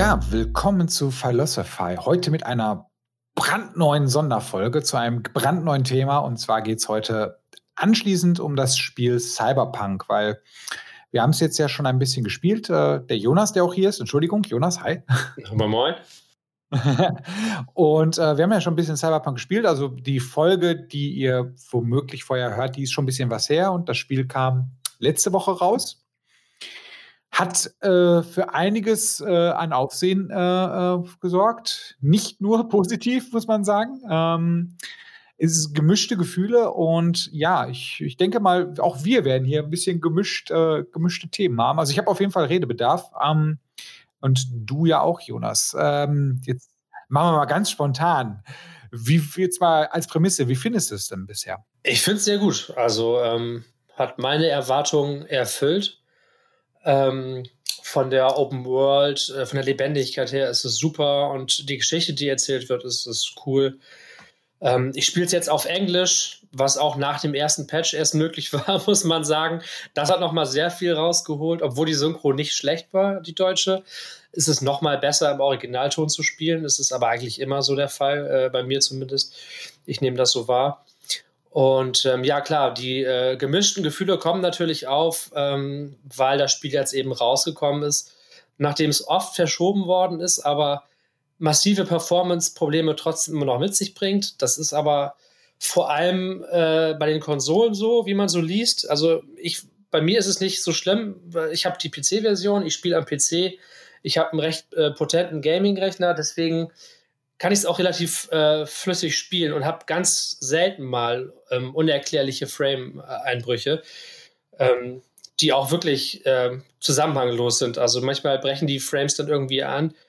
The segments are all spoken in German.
Ja, willkommen zu Philosophy. Heute mit einer brandneuen Sonderfolge zu einem brandneuen Thema. Und zwar geht es heute anschließend um das Spiel Cyberpunk, weil wir haben es jetzt ja schon ein bisschen gespielt. Der Jonas, der auch hier ist, Entschuldigung, Jonas, hi. Aber moin. Und wir haben ja schon ein bisschen Cyberpunk gespielt. Also die Folge, die ihr womöglich vorher hört, die ist schon ein bisschen was her. Und das Spiel kam letzte Woche raus. Hat für einiges an Aufsehen gesorgt. Nicht nur positiv, muss man sagen. Es ist gemischte Gefühle und ja, ich denke mal, auch wir werden hier ein bisschen gemischte Themen haben. Also ich habe auf jeden Fall Redebedarf. Und du ja auch, Jonas. Jetzt machen wir mal ganz spontan. Jetzt mal als Prämisse, wie findest du es denn bisher? Ich finde es sehr gut. Also hat meine Erwartungen erfüllt. Von der Open World, von der Lebendigkeit her ist es super und die Geschichte, die erzählt wird, ist cool. Ich spiele es jetzt auf Englisch, was auch nach dem ersten Patch erst möglich war, muss man sagen. Das hat nochmal sehr viel rausgeholt, obwohl die Synchro nicht schlecht war, die deutsche. Ist es nochmal besser im Originalton zu spielen. Das ist aber eigentlich immer so der Fall, bei mir zumindest. Ich nehme das so wahr. Und ja, klar, die gemischten Gefühle kommen natürlich auf, weil das Spiel jetzt eben rausgekommen ist, nachdem es oft verschoben worden ist, aber massive Performance-Probleme trotzdem immer noch mit sich bringt. Das ist aber vor allem bei den Konsolen so, wie man so liest. Also bei mir ist es nicht so schlimm. Ich habe die PC-Version, ich spiele am PC, ich habe einen recht potenten Gaming-Rechner, deswegen kann ich es auch relativ flüssig spielen und habe ganz selten mal unerklärliche Frame-Einbrüche, die auch wirklich zusammenhanglos sind. Also manchmal brechen die Frames dann irgendwie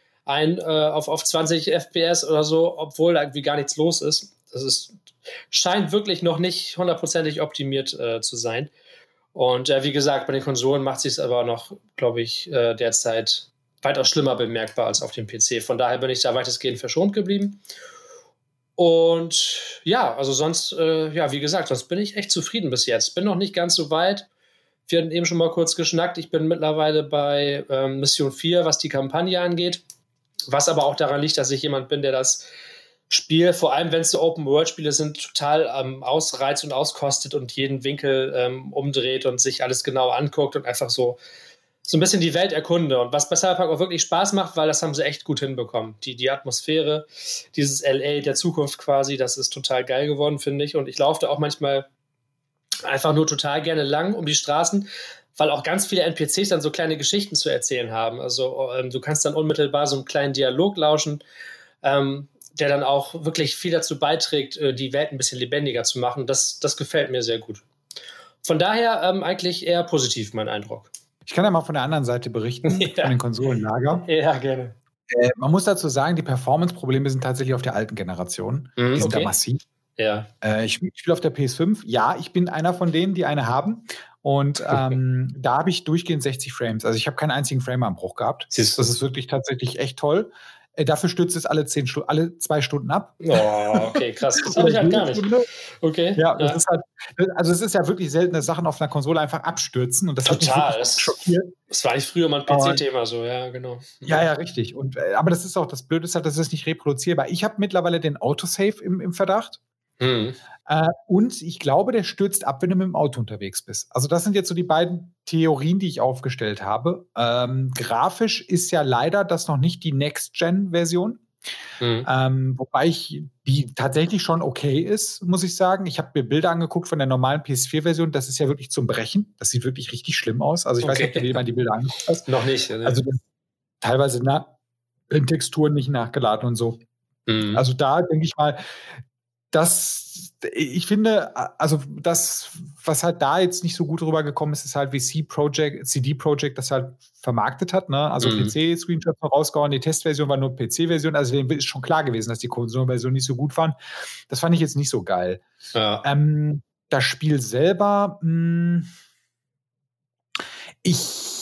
auf 20 FPS oder so, obwohl da irgendwie gar nichts los ist. Scheint wirklich noch nicht hundertprozentig optimiert zu sein. Und wie gesagt, bei den Konsolen macht sich es aber noch, glaube ich, derzeit weitaus schlimmer bemerkbar als auf dem PC. Von daher bin ich da weitestgehend verschont geblieben. Und ja, also sonst, wie gesagt, sonst bin ich echt zufrieden bis jetzt. Bin noch nicht ganz so weit. Wir hatten eben schon mal kurz geschnackt. Ich bin mittlerweile bei Mission 4, was die Kampagne angeht. Was aber auch daran liegt, dass ich jemand bin, der das Spiel, vor allem wenn es so Open-World-Spiele sind, total ausreizt und auskostet und jeden Winkel umdreht und sich alles genau anguckt und einfach so ein bisschen die Welt erkunde. Und was bei Cyberpunk auch wirklich Spaß macht, weil das haben sie echt gut hinbekommen. Die Atmosphäre, dieses LA der Zukunft quasi, das ist total geil geworden, finde ich. Und ich laufe da auch manchmal einfach nur total gerne lang um die Straßen, weil auch ganz viele NPCs dann so kleine Geschichten zu erzählen haben. Also du kannst dann unmittelbar so einen kleinen Dialog lauschen, der dann auch wirklich viel dazu beiträgt, die Welt ein bisschen lebendiger zu machen. Das gefällt mir sehr gut. Von daher eigentlich eher positiv, mein Eindruck. Ich kann ja mal von der anderen Seite berichten, von den Konsolenlager. Ja, gerne. Man muss dazu sagen, die Performance-Probleme sind tatsächlich auf der alten Generation. Die sind da massiv. Ja. Ich spiele auf der PS5. Ja, ich bin einer von denen, die eine haben. Und da habe ich durchgehend 60 Frames. Also ich habe keinen einzigen Frameanbruch gehabt. Das ist wirklich tatsächlich echt toll. Dafür stürzt es alle 2 Stunden ab. Oh, okay, krass. Das habe ich halt gar nicht. Okay. Ja, das ist halt, also es ist ja wirklich selten, dass Sachen auf einer Konsole einfach abstürzen. Und das total. Hat mich schockiert. Das war eigentlich früher mal ein PC-Thema so, ja, genau. Ja, richtig. Und, aber das ist auch, das Blöde ist halt, das ist nicht reproduzierbar. Ich habe mittlerweile den Autosave im Verdacht. Und ich glaube, der stürzt ab, wenn du mit dem Auto unterwegs bist. Also das sind jetzt so die beiden Theorien, die ich aufgestellt habe. Grafisch ist ja leider das noch nicht die Next-Gen-Version. Wobei die tatsächlich schon okay ist, muss ich sagen. Ich habe mir Bilder angeguckt von der normalen PS4-Version. Das ist ja wirklich zum Brechen. Das sieht wirklich richtig schlimm aus. Also ich weiß nicht, ob du dir mal die Bilder angeguckt hast. Noch nicht. Ne? Also teilweise in Texturen nicht nachgeladen und so. Also da denke ich mal, ich finde, also das, was halt da jetzt nicht so gut rübergekommen ist, ist halt wie CD Projekt das halt vermarktet hat, ne? Also PC-Screenshots rausgehauen, die Testversion war nur PC-Version, also denen ist schon klar gewesen, dass die Konsolenversion nicht so gut waren. Das fand ich jetzt nicht so geil. Ja. Das Spiel selber, ich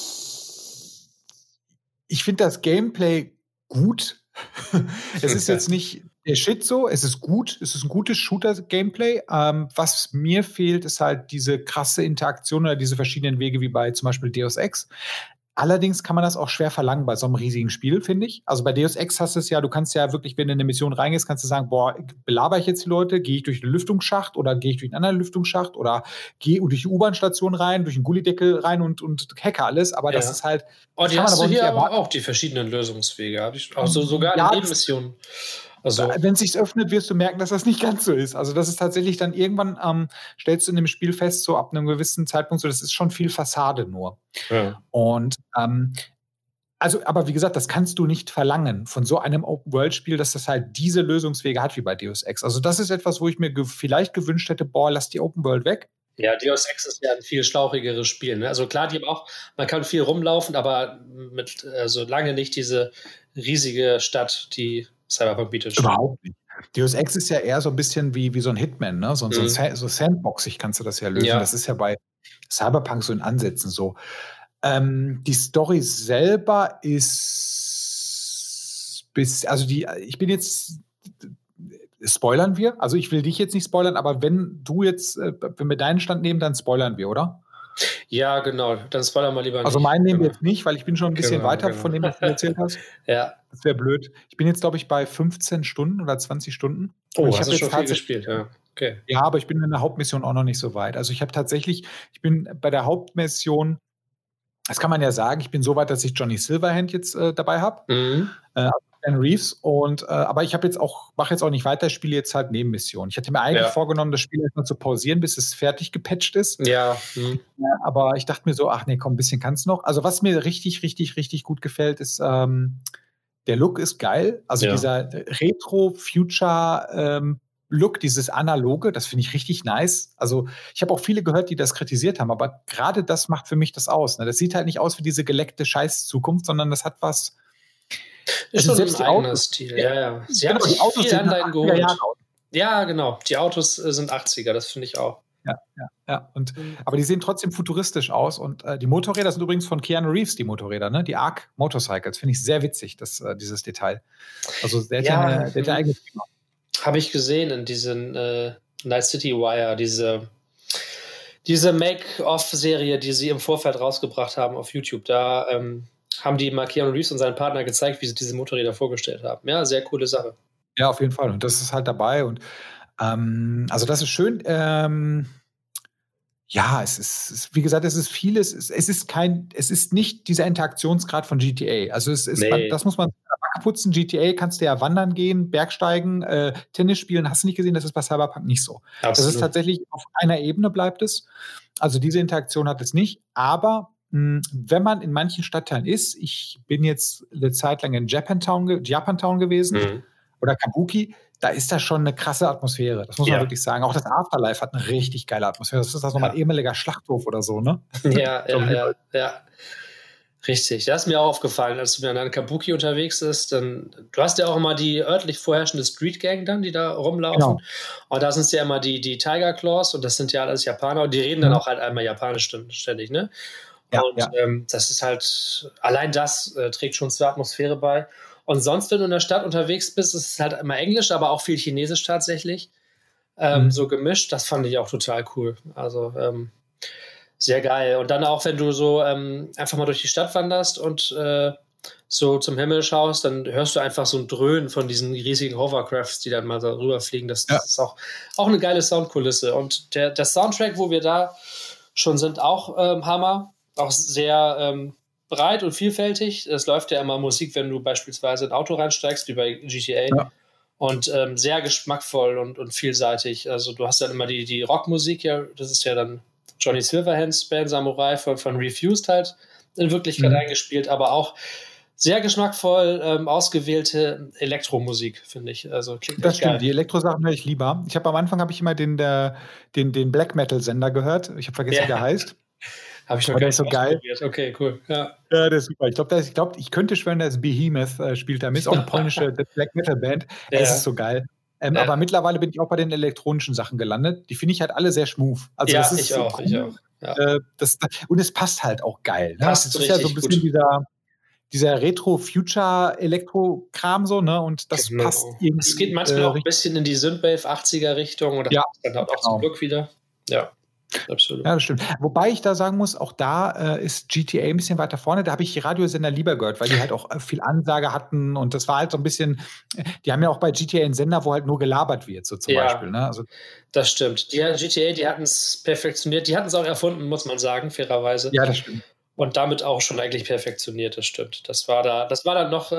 finde das Gameplay gut. Es ist jetzt nicht der Shit so, es ist gut, es ist ein gutes Shooter-Gameplay. Was mir fehlt, ist halt diese krasse Interaktion oder diese verschiedenen Wege wie bei zum Beispiel Deus Ex. Allerdings kann man das auch schwer verlangen bei so einem riesigen Spiel, finde ich. Also bei Deus Ex hast du es ja, du kannst ja wirklich, wenn du in eine Mission reingehst, kannst du sagen, boah, belabere ich jetzt die Leute, gehe ich durch einen Lüftungsschacht oder gehe ich durch einen anderen Lüftungsschacht oder gehe durch die U-Bahn-Station rein, durch einen Gullideckel rein und hacke alles. Aber das ist halt. Oh, die hast du hier aber auch, die verschiedenen Lösungswege. Also sogar in Nebenmissionen. Also, wenn es sich öffnet, wirst du merken, dass das nicht ganz so ist. Also das ist tatsächlich dann irgendwann, stellst du in dem Spiel fest, so ab einem gewissen Zeitpunkt, so das ist schon viel Fassade nur. Ja. Und aber wie gesagt, das kannst du nicht verlangen von so einem Open-World-Spiel, dass das halt diese Lösungswege hat wie bei Deus Ex. Also das ist etwas, wo ich mir vielleicht gewünscht hätte, boah, lass die Open-World weg. Ja, Deus Ex ist ja ein viel schlauchigeres Spiel. Ne? Also klar, man kann viel rumlaufen, aber lange nicht diese riesige Stadt, die Cyberpunk bietet. Überhaupt nicht. Deus Ex ist ja eher so ein bisschen wie so ein Hitman, ne? So Sandboxig kannst du das ja lösen. Ja. Das ist ja bei Cyberpunk so in Ansätzen so. Die Story selber ist ich bin jetzt, spoilern wir? Also ich will dich jetzt nicht spoilern, aber wenn wir deinen Stand nehmen, dann spoilern wir, oder? Ja, genau. Dann spoilern wir lieber nicht. Also meinen nehmen wir jetzt nicht, weil ich bin schon ein bisschen weiter von dem, was du erzählt hast. Ja. Das wäre blöd. Ich bin jetzt, glaube ich, bei 15 Stunden oder 20 Stunden. Oh, ich habe schon viel gespielt, ja. Okay. Ja, aber ich bin in der Hauptmission auch noch nicht so weit. Also ich bin bei der Hauptmission, das kann man ja sagen, ich bin so weit, dass ich Johnny Silverhand jetzt dabei habe. Dan Reeves aber ich mache jetzt auch nicht weiter, spiele jetzt halt Nebenmissionen. Ich hatte mir eigentlich vorgenommen, das Spiel erstmal zu pausieren, bis es fertig gepatcht ist. Ja. Aber ich dachte mir so, ach nee, komm, ein bisschen kannst du noch. Also was mir richtig, richtig, richtig gut gefällt, ist, der Look ist geil. Also dieser Retro-Future Look, dieses Analoge, das finde ich richtig nice. Also ich habe auch viele gehört, die das kritisiert haben, aber gerade das macht für mich das aus. Ne? Das sieht halt nicht aus wie diese geleckte Scheiß-Zukunft, sondern das hat was. Ist schon ein eigener Stil, ja. Sie haben sich viel Anleihen geholt. Ja, genau. Die Autos sind 80er, das finde ich auch. Ja. Aber die sehen trotzdem futuristisch aus. Und die Motorräder sind übrigens von Keanu Reeves, die Motorräder, ne? Die ARC Motorcycles. Finde ich sehr witzig, dieses Detail. Also der hat ja eigene Thema. Habe ich gesehen in diesen Night City Wire, diese Make-off-Serie, die sie im Vorfeld rausgebracht haben auf YouTube. Da haben die mal Keanu Reeves und seinen Partner gezeigt, wie sie diese Motorräder vorgestellt haben. Ja, sehr coole Sache. Ja, auf jeden Fall. Und das ist halt dabei. Und also das ist schön. Es ist, wie gesagt, es ist vieles. Es ist nicht dieser Interaktionsgrad von GTA. Also das muss man putzen. GTA kannst du ja wandern gehen, Bergsteigen, Tennis spielen. Hast du nicht gesehen? Das ist bei Cyberpunk nicht so. Absolut. Das ist tatsächlich auf einer Ebene bleibt es. Also diese Interaktion hat es nicht. Aber wenn man in manchen Stadtteilen ist, ich bin jetzt eine Zeit lang in Japantown gewesen oder Kabuki, da ist das schon eine krasse Atmosphäre. Das muss man wirklich sagen. Auch das Afterlife hat eine richtig geile Atmosphäre. Das ist nochmal ein ehemaliger Schlachthof oder so, ne? Ja. Richtig. Das ist mir auch aufgefallen, als du an Kabuki unterwegs bist. Du hast ja auch immer die örtlich vorherrschende Street Gang dann, die da rumlaufen. Genau. Und da sind es ja immer die Tiger Claws und das sind ja alles Japaner und die reden dann auch halt einmal Japanisch ständig, ne? Das ist halt, allein das trägt schon zur Atmosphäre bei. Und sonst, wenn du in der Stadt unterwegs bist, ist es halt immer Englisch, aber auch viel Chinesisch tatsächlich. So gemischt, das fand ich auch total cool. Also sehr geil. Und dann auch, wenn du so einfach mal durch die Stadt wanderst und so zum Himmel schaust, dann hörst du einfach so ein Dröhnen von diesen riesigen Hovercrafts, die dann mal so rüberfliegen. Das ist auch eine geile Soundkulisse. Und der Soundtrack, wo wir da schon sind, auch Hammer. Auch sehr breit und vielfältig. Es läuft ja immer Musik, wenn du beispielsweise in ein Auto reinsteigst, wie bei GTA. Ja. Und sehr geschmackvoll und vielseitig. Also du hast dann immer die Rockmusik, das ist ja dann Johnny Silverhands Band Samurai von Refused halt in Wirklichkeit eingespielt, aber auch sehr geschmackvoll ausgewählte Elektromusik, finde ich. Also klingt das stimmt, geil. Die Elektrosachen höre ich lieber. Am Anfang habe ich immer den Black Metal Sender gehört. Ich habe vergessen, wie der heißt. Habe ich noch gar nicht so geil. Okay, cool. Ja, der ist super. Ich könnte schwören, der ist Behemoth, spielt da mit. Ist auch eine polnische Black Metal Band. Es ist so geil. Aber mittlerweile bin ich auch bei den elektronischen Sachen gelandet. Die finde ich halt alle sehr smooth. Also das ist ich auch. Ja. Und es passt halt auch geil. Ne? Das ist ja so ein bisschen dieser Retro-Future-Elektro-Kram so, ne? Und das passt irgendwie. Es geht manchmal auch ein bisschen in die Synthwave 80er-Richtung oder dann auch zum Glück wieder. Ja. Absolut. Ja, das stimmt. Wobei ich da sagen muss, auch da ist GTA ein bisschen weiter vorne. Da habe ich die Radiosender lieber gehört, weil die halt auch viel Ansage hatten und das war halt so ein bisschen, die haben ja auch bei GTA einen Sender, wo halt nur gelabert wird, so zum Beispiel. Ne? Also, das stimmt. Die GTA, die hatten es perfektioniert. Die hatten es auch erfunden, muss man sagen, fairerweise. ja, das stimmt. Und damit auch schon eigentlich perfektioniert, das stimmt. Das war dann noch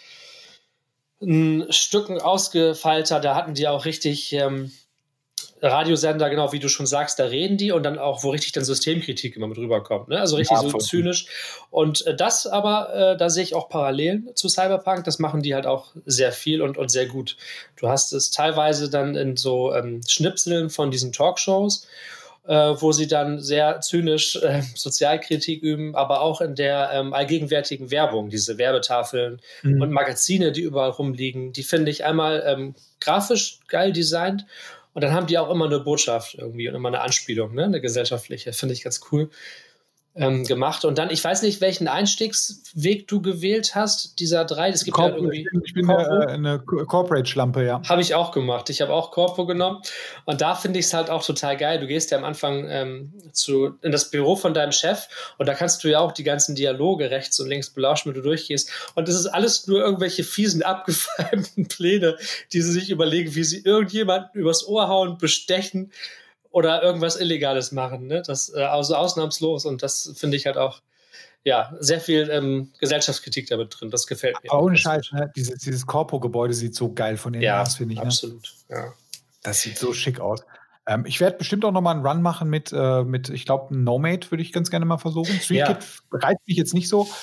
ein Stücken ausgefeilter. Da hatten die auch richtig Radiosender, genau wie du schon sagst, da reden die und dann auch, wo richtig dann Systemkritik immer mit rüberkommt. Ne? Also richtig so zynisch. Und das aber, da sehe ich auch Parallelen zu Cyberpunk. Das machen die halt auch sehr viel und sehr gut. Du hast es teilweise dann in so Schnipseln von diesen Talkshows, wo sie dann sehr zynisch Sozialkritik üben, aber auch in der allgegenwärtigen Werbung, diese Werbetafeln und Magazine, die überall rumliegen, die finde ich einmal grafisch geil designt und dann haben die auch immer eine Botschaft irgendwie und immer eine Anspielung, ne? Eine gesellschaftliche, finde ich ganz cool gemacht. Und dann, ich weiß nicht, welchen Einstiegsweg du gewählt hast, dieser 3. Es gibt ja irgendwie ich bin eine Corporate-Schlampe, ja. Habe ich auch gemacht. Ich habe auch Corpo genommen. Und da finde ich es halt auch total geil. Du gehst ja am Anfang in das Büro von deinem Chef und da kannst du ja auch die ganzen Dialoge rechts und links belauschen, wenn du durchgehst. Und das ist alles nur irgendwelche fiesen, abgefeimten Pläne, die sie sich überlegen, wie sie irgendjemanden übers Ohr hauen, bestechen oder irgendwas Illegales machen. Ne? Das also ausnahmslos. Und das finde ich halt auch sehr viel Gesellschaftskritik damit drin. Das gefällt mir. Aber ohne Scheiß, ne? Dieses Corpo-Gebäude sieht so geil von innen aus, finde ich. Absolut. Ne? Ja. Das sieht so schick aus. Ich werde bestimmt auch noch mal einen Run machen mit ich glaube, Nomade würde ich ganz gerne mal versuchen. Street Kid reizt mich jetzt nicht so.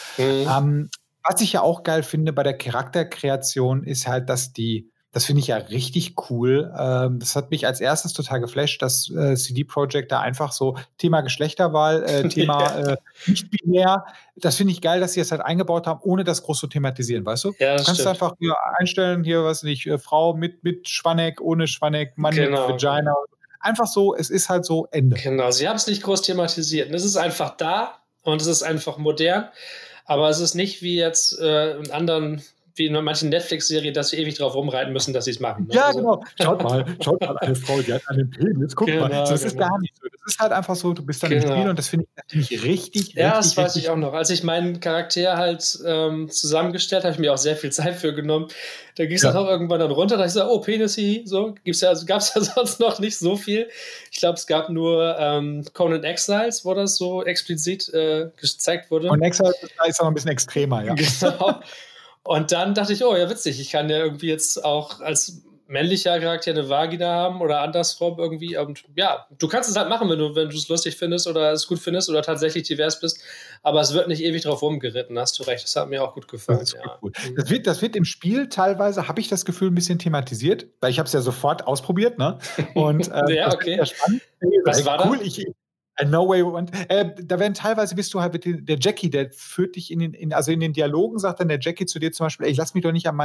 Was ich ja auch geil finde bei der Charakterkreation ist halt, dass das finde ich ja richtig cool. Das hat mich als erstes total geflasht, dass CD Projekt da einfach so Thema Geschlechterwahl, Thema nicht binär. Das finde ich geil, dass sie es halt eingebaut haben, ohne das groß zu thematisieren, weißt du? Ja, du kannst einfach hier einstellen, hier, weiß nicht, Frau mit Schwanneck, ohne Schwanneck, Mann mit Vagina. Einfach so, es ist halt so Ende. Genau, sie haben es nicht groß thematisiert. Es ist einfach da und es ist einfach modern, aber es ist nicht wie jetzt in anderen, wie in manchen Netflix-Serien, dass sie ewig drauf rumreiten müssen, dass sie es machen. Ne? Ja, genau. Schaut mal, eine Frau, die hat einen Penis. Guck mal. Das ist gar nicht so. Das ist halt einfach so, du bist dann im Spiel und das finde ich richtig. Ja, das weiß ich auch noch. Als ich meinen Charakter halt zusammengestellt habe, ich mir auch sehr viel Zeit für genommen. Da ging es dann auch irgendwann dann runter. Da ich so, oh, Penis, so. Gab es ja sonst noch nicht so viel. Ich glaube, es gab nur Conan Exiles, wo das so explizit gezeigt wurde. Und Exiles ist auch ein bisschen extremer, ja. Genau. Und dann dachte ich, oh ja, witzig, ich kann ja irgendwie jetzt auch als männlicher Charakter eine Vagina haben oder andersrum irgendwie. Und ja, du kannst es halt machen, wenn du es lustig findest oder es gut findest oder tatsächlich divers bist. Aber es wird nicht ewig drauf rumgeritten, hast du recht. Das hat mir auch gut gefallen. Das ist cool. Das wird im Spiel teilweise, habe ich das Gefühl, ein bisschen thematisiert, weil ich habe es ja sofort ausprobiert, ne? Und ja, okay. Das spannend. Was war cool, da? No Way One. Da werden teilweise bist du halt mit der Jackie, der führt dich in den Dialogen, sagt dann der Jackie zu dir zum Beispiel, ey, lass mich doch nicht an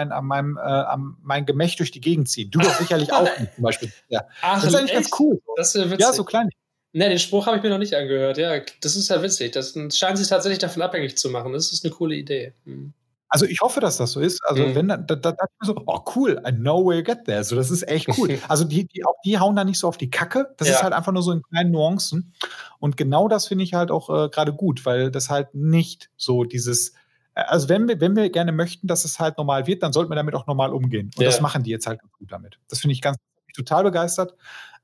mein Gemächt durch die Gegend ziehen. Du doch sicherlich auch nicht, zum Beispiel. Ja. Ach, das ist eigentlich ganz cool. Das ist witzig. Ja, so klein. Ne, den Spruch habe ich mir noch nicht angehört. Ja, das ist ja witzig. Das scheint sich tatsächlich davon abhängig zu machen. Das ist eine coole Idee. Also ich hoffe, dass das so ist. Also wenn da dachte ich mir so, oh cool, I know where you get there. So, das ist echt cool. Also die hauen da nicht so auf die Kacke. Das ist halt einfach nur so in kleinen Nuancen. Und genau das finde ich halt auch gerade gut, weil das halt nicht so dieses, also wenn wir gerne möchten, dass es halt normal wird, dann sollten wir damit auch normal umgehen. Und das machen die jetzt halt gut damit. Das finde ich total begeistert.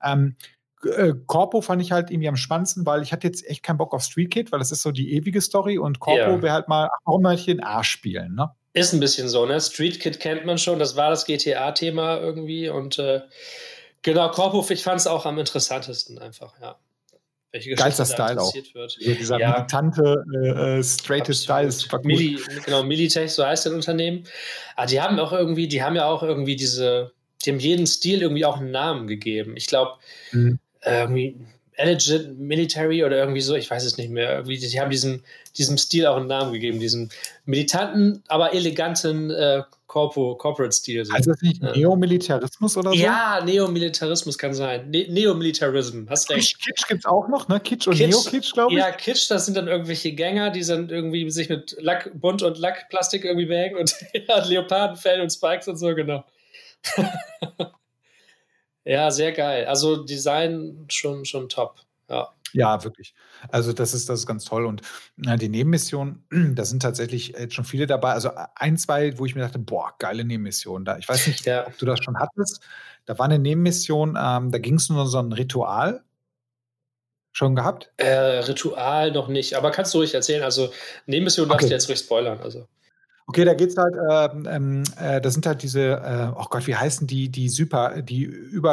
Corpo fand ich halt irgendwie am spannendsten, weil ich hatte jetzt echt keinen Bock auf Street Kid, weil das ist so die ewige Story und Corpo wäre halt mal, warum mal hier den Arsch spielen, ne? Ist ein bisschen so, ne? Street Kid kennt man schon, das war das GTA-Thema irgendwie und genau, Corpo, ich fand es auch am interessantesten einfach, ja. Welche geilster Style auch. Wird. So dieser militante, straighte Style ist super cool. Genau, Militech, so heißt das Unternehmen. Aber die haben ja auch irgendwie die haben jeden Stil irgendwie auch einen Namen gegeben. Ich glaube, irgendwie Elegant Military oder irgendwie so, ich weiß es nicht mehr. Irgendwie, die haben diesem Stil auch einen Namen gegeben, diesen militanten, aber eleganten Corporate-Stil. So. Also ist das nicht Neomilitarismus oder so? Ja, Neomilitarismus kann sein. Neomilitarism, hast recht. Kitsch gibt es auch noch, ne? Kitsch und Neo-Kitsch, glaube ich. Ja, Kitsch, das sind dann irgendwelche Gänger, die dann irgendwie sich mit Bunt und Lackplastik irgendwie wägen und Leopardenfell und Spikes und so, genau. Ja, sehr geil. Also Design schon top. Ja. Ja, wirklich. Also das ist ganz toll. Und die Nebenmissionen, da sind tatsächlich jetzt schon viele dabei. Also ein, zwei, wo ich mir dachte, boah, geile Nebenmission. Da, ich weiß nicht, Ja. ob du das schon hattest. Da war eine Nebenmission, da ging es nur so ein Ritual. Schon gehabt? Ritual noch nicht, aber kannst du ruhig erzählen. Also Nebenmission darfst du Okay. jetzt ruhig spoilern. Also. Okay, da geht's halt, das sind halt diese, oh Gott, wie heißen die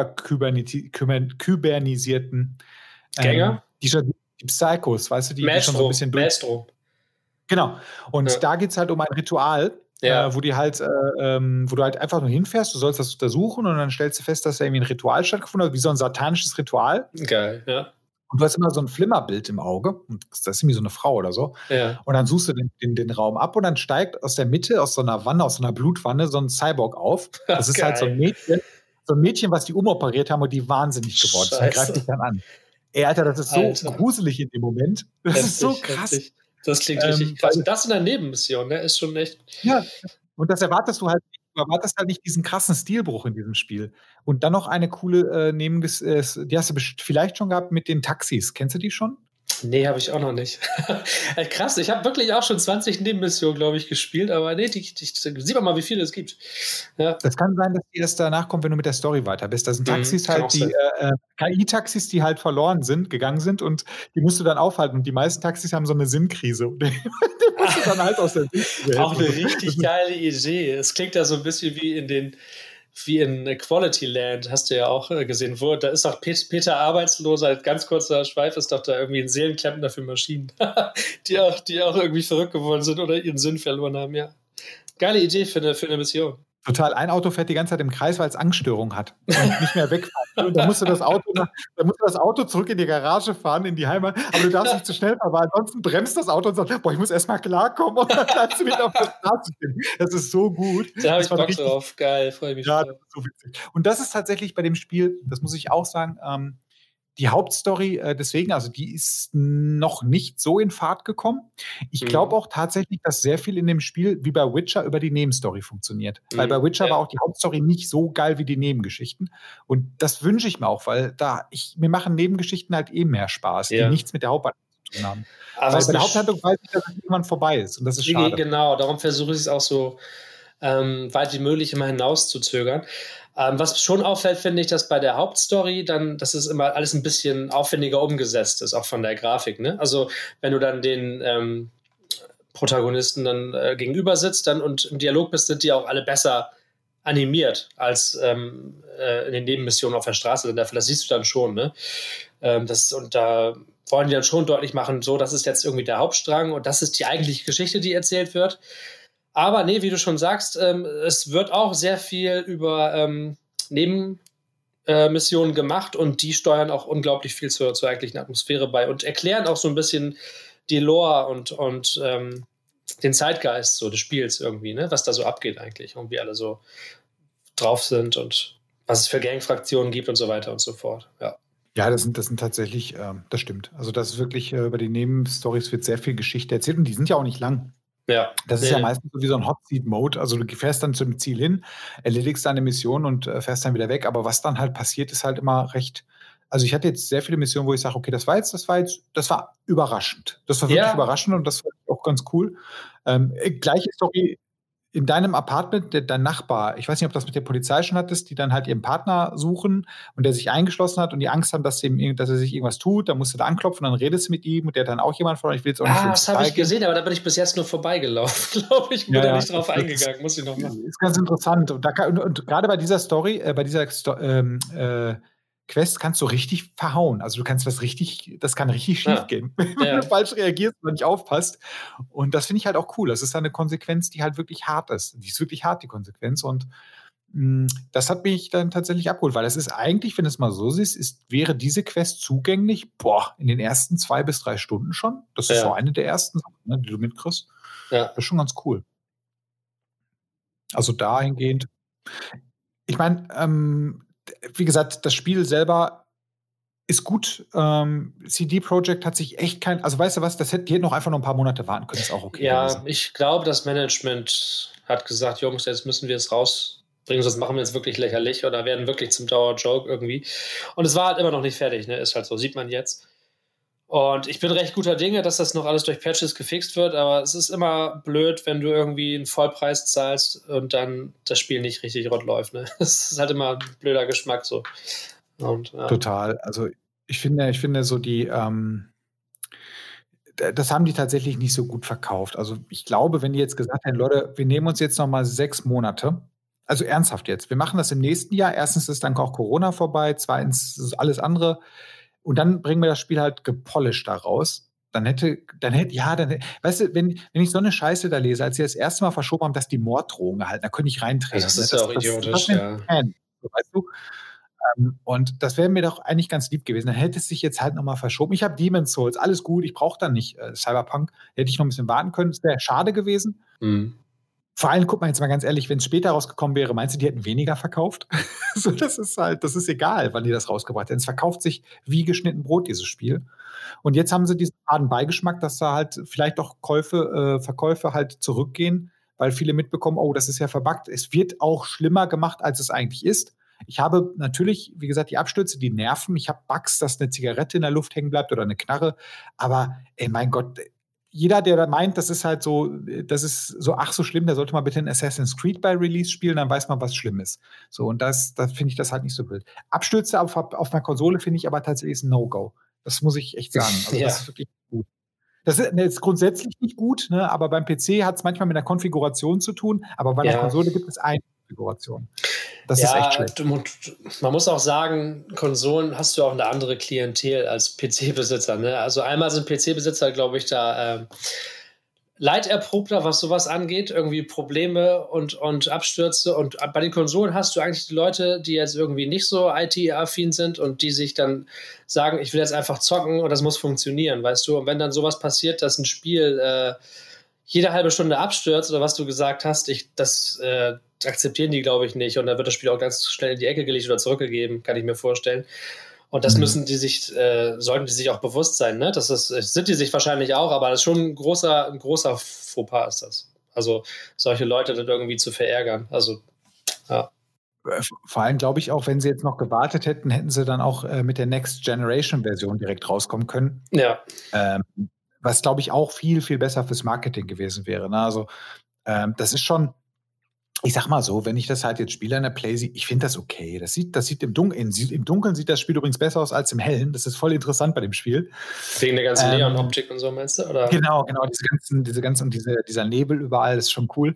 kybernisierten, Gänger? die Psychos, weißt du, die schon so ein bisschen durch. Maestro. Genau. Und Ja. da geht's halt um ein Ritual, Ja. wo wo du halt einfach nur hinfährst, du sollst das untersuchen und dann stellst du fest, dass da irgendwie ein Ritual stattgefunden hat, wie so ein satanisches Ritual. Geil, ja. Und du hast immer so ein Flimmerbild im Auge. Und das ist irgendwie so eine Frau oder so. Ja. Und dann suchst du den Raum ab und dann steigt aus der Mitte, aus so einer Wanne, aus so einer Blutwanne, so ein Cyborg auf. Das ist halt so ein Mädchen, was die umoperiert haben und die wahnsinnig geworden ist. Und greift dich dann an. Ey, Alter, das ist so gruselig in dem Moment. Das heftig, ist so krass. Heftig. Das klingt richtig krass. Und das in der Nebenmission, ne? Ist schon echt. Ja, und das erwartest du halt nicht. Du erwartest halt nicht diesen krassen Stilbruch in diesem Spiel. Und dann noch eine coole die hast du vielleicht schon gehabt mit den Taxis. Kennst du die schon? Nee, habe ich auch noch nicht. Krass, ich habe wirklich auch schon 20 Nebenmissionen, glaube ich, gespielt, aber nee, sieht man mal, wie viele es gibt. Ja. Das kann sein, dass die erst danach kommt, wenn du mit der Story weiter bist. Das sind Taxis halt, die KI-Taxis, die halt gegangen sind und die musst du dann aufhalten. Und die meisten Taxis haben so eine Sinnkrise. Und die musst du dann halt aus der Sinnkrise auch eine richtig geile Idee. Es klingt ja so ein bisschen wie in Quality Land, hast du ja auch gesehen, da ist doch Peter Arbeitsloser, ganz kurzer Schweif, ist doch da irgendwie ein Seelenklempner für Maschinen, die auch irgendwie verrückt geworden sind oder ihren Sinn verloren haben, ja. Geile Idee für eine Mission. Total. Ein Auto fährt die ganze Zeit im Kreis, weil es Angststörung hat und nicht mehr wegfahren. Und dann musst du das Auto zurück in die Garage fahren, in die Heimat. Aber du darfst nicht zu schnell fahren, weil ansonsten bremst das Auto und sagt, boah, ich muss erst mal klarkommen und dann kannst du wieder auf der Straße stehen. Das ist so gut. Da habe ich Bock drauf. Geil, freue mich. Ja, das ist so witzig. Und das ist tatsächlich bei dem Spiel, das muss ich auch sagen, die Hauptstory deswegen, also die ist noch nicht so in Fahrt gekommen. Ich glaube auch tatsächlich, dass sehr viel in dem Spiel wie bei Witcher über die Nebenstory funktioniert. Weil bei Witcher war auch die Hauptstory nicht so geil wie die Nebengeschichten. Und das wünsche ich mir auch, weil mir machen Nebengeschichten halt mehr Spaß, die nichts mit der Haupthandlung zu tun haben. Aber bei der Haupthandlung weiß ich, dass es irgendwann vorbei ist. Und das ist schade. Genau, darum versuche ich es auch so weit wie möglich immer hinauszuzögern. Was schon auffällt, finde ich, dass bei der Hauptstory dann, dass es immer alles ein bisschen aufwendiger umgesetzt ist, auch von der Grafik. Ne? Also wenn du dann den Protagonisten dann gegenüber sitzt und im Dialog bist, sind die auch alle besser animiert als in den Nebenmissionen auf der Straße. Das siehst du dann schon. Ne? Und da wollen die dann schon deutlich machen, so, das ist jetzt irgendwie der Hauptstrang und das ist die eigentliche Geschichte, die erzählt wird. Aber nee, wie du schon sagst, es wird auch sehr viel über Nebenmissionen gemacht und die steuern auch unglaublich viel zur eigentlichen Atmosphäre bei und erklären auch so ein bisschen die Lore und den Zeitgeist so des Spiels irgendwie, ne? Was da so abgeht eigentlich und wie alle so drauf sind und was es für Gangfraktionen gibt und so weiter und so fort. Ja, das sind tatsächlich, das stimmt. Also das ist wirklich, über die Nebenstories wird sehr viel Geschichte erzählt und die sind ja auch nicht lang. Ja. Das ist ja meistens so wie so ein Hot-Seat-Mode. Also du fährst dann zum Ziel hin, erledigst deine Mission und fährst dann wieder weg. Aber was dann halt passiert, ist halt immer recht. Also ich hatte jetzt sehr viele Missionen, wo ich sage, okay, das war überraschend. Das war wirklich überraschend und das war auch ganz cool. Gleiche Story in deinem Apartment, dein Nachbar, ich weiß nicht, ob das mit der Polizei schon hattest, die dann halt ihren Partner suchen und der sich eingeschlossen hat und die Angst haben, dass er sich irgendwas tut, dann musst du da anklopfen und dann redest du mit ihm und der hat dann auch jemand von euch, ich will jetzt auch nicht das habe ich gesehen, aber da bin ich bis jetzt nur vorbeigelaufen, glaube ich, bin da nicht drauf eingegangen, muss ich noch machen. Ist ganz interessant und gerade bei dieser Story, Quest kannst du richtig verhauen. Also das kann richtig schief gehen, wenn du falsch reagierst und nicht aufpasst. Und das finde ich halt auch cool. Das ist eine Konsequenz, die halt wirklich hart ist. Die ist wirklich hart, die Konsequenz. Und das hat mich dann tatsächlich abgeholt, weil das ist eigentlich, wenn du es mal so siehst, wäre diese Quest zugänglich, in den ersten 2 bis 3 Stunden schon. Das ist so eine der ersten Sachen, ne, die du mitkriegst. Ja. Das ist schon ganz cool. Also dahingehend. Ich meine, wie gesagt, das Spiel selber ist gut. CD Projekt hat sich echt also weißt du was, die hätten noch einfach noch ein paar Monate warten können, ist auch okay. Ja, ich glaube, das Management hat gesagt, Jungs, jetzt müssen wir es rausbringen, sonst machen wir es wirklich lächerlich oder werden wirklich zum Dauerjoke irgendwie. Und es war halt immer noch nicht fertig, ne? Ist halt so, sieht man jetzt. Und ich bin recht guter Dinge, dass das noch alles durch Patches gefixt wird, aber es ist immer blöd, wenn du irgendwie einen Vollpreis zahlst und dann das Spiel nicht richtig rund läuft. Ne? Das ist halt immer ein blöder Geschmack so. Und, ja. Total. Also ich finde so das haben die tatsächlich nicht so gut verkauft. Also ich glaube, wenn die jetzt gesagt hätten, Leute, wir nehmen uns jetzt noch mal 6 Monate, also ernsthaft jetzt, wir machen das im nächsten Jahr. Erstens ist dann auch Corona vorbei, zweitens ist alles andere. Und dann bringen wir das Spiel halt gepolished da raus. Weißt du, wenn ich so eine Scheiße da lese, als sie das erste Mal verschoben haben, dass die Morddrohungen gehalten, da könnte ich reintreten. Das ist ja auch idiotisch, ja. Weißt du? Und das wäre mir doch eigentlich ganz lieb gewesen. Dann hätte es sich jetzt halt nochmal verschoben. Ich habe Demon's Souls, alles gut, ich brauche da nicht Cyberpunk. Hätte ich noch ein bisschen warten können. Das wäre schade gewesen. Vor allem, guck mal jetzt mal ganz ehrlich, wenn es später rausgekommen wäre, meinst du, die hätten weniger verkauft? So, das ist egal, wann die das rausgebracht hätten. Es verkauft sich wie geschnitten Brot, dieses Spiel. Und jetzt haben sie diesen faden Beigeschmack, dass da halt vielleicht doch Verkäufe halt zurückgehen, weil viele mitbekommen, oh, das ist ja verbuggt. Es wird auch schlimmer gemacht, als es eigentlich ist. Ich habe natürlich, wie gesagt, die Abstürze, die nerven. Ich habe Bugs, dass eine Zigarette in der Luft hängen bleibt oder eine Knarre. Aber, ey, mein Gott, jeder, der da meint, das ist so ach so schlimm, der sollte mal bitte ein Assassin's Creed bei Release spielen, dann weiß man, was schlimm ist. So, und da finde ich das halt nicht so wild. Abstürze auf einer Konsole finde ich aber tatsächlich ein No-Go. Das muss ich echt sagen. Also, das ist wirklich gut. Das ist grundsätzlich nicht gut, ne? Aber beim PC hat es manchmal mit der Konfiguration zu tun, aber bei der Konsole gibt es eine Konfiguration. Das ist echt schlecht. Man muss auch sagen, Konsolen hast du auch eine andere Klientel als PC-Besitzer. Ne? Also einmal sind PC-Besitzer, glaube ich, da leiderprobter, was sowas angeht, irgendwie Probleme und Abstürze. Und bei den Konsolen hast du eigentlich die Leute, die jetzt irgendwie nicht so IT-affin sind und die sich dann sagen, ich will jetzt einfach zocken und das muss funktionieren, weißt du? Und wenn dann sowas passiert, dass ein Spiel jede halbe Stunde abstürzt oder was du gesagt hast, das akzeptieren die, glaube ich, nicht. Und dann wird das Spiel auch ganz schnell in die Ecke gelegt oder zurückgegeben, kann ich mir vorstellen. Und das sollten die sich auch bewusst sein, ne? Sind die sich wahrscheinlich auch, aber das ist schon ein großer Fauxpas ist das. Also solche Leute dann irgendwie zu verärgern. Also, ja. Vor allem glaube ich auch, wenn sie jetzt noch gewartet hätten, hätten sie dann auch mit der Next Generation Version direkt rauskommen können. Ja. Was, glaube ich, auch viel, viel besser fürs Marketing gewesen wäre. Ne? Also das ist schon, ich sag mal so, wenn ich das halt jetzt spiele in der Play, ich finde das okay. Das sieht im Dunkeln sieht das Spiel übrigens besser aus als im Hellen. Das ist voll interessant bei dem Spiel. Wegen der ganzen Neon-Optik und so, meinst du? Oder? Genau, dieser Nebel überall, das ist schon cool.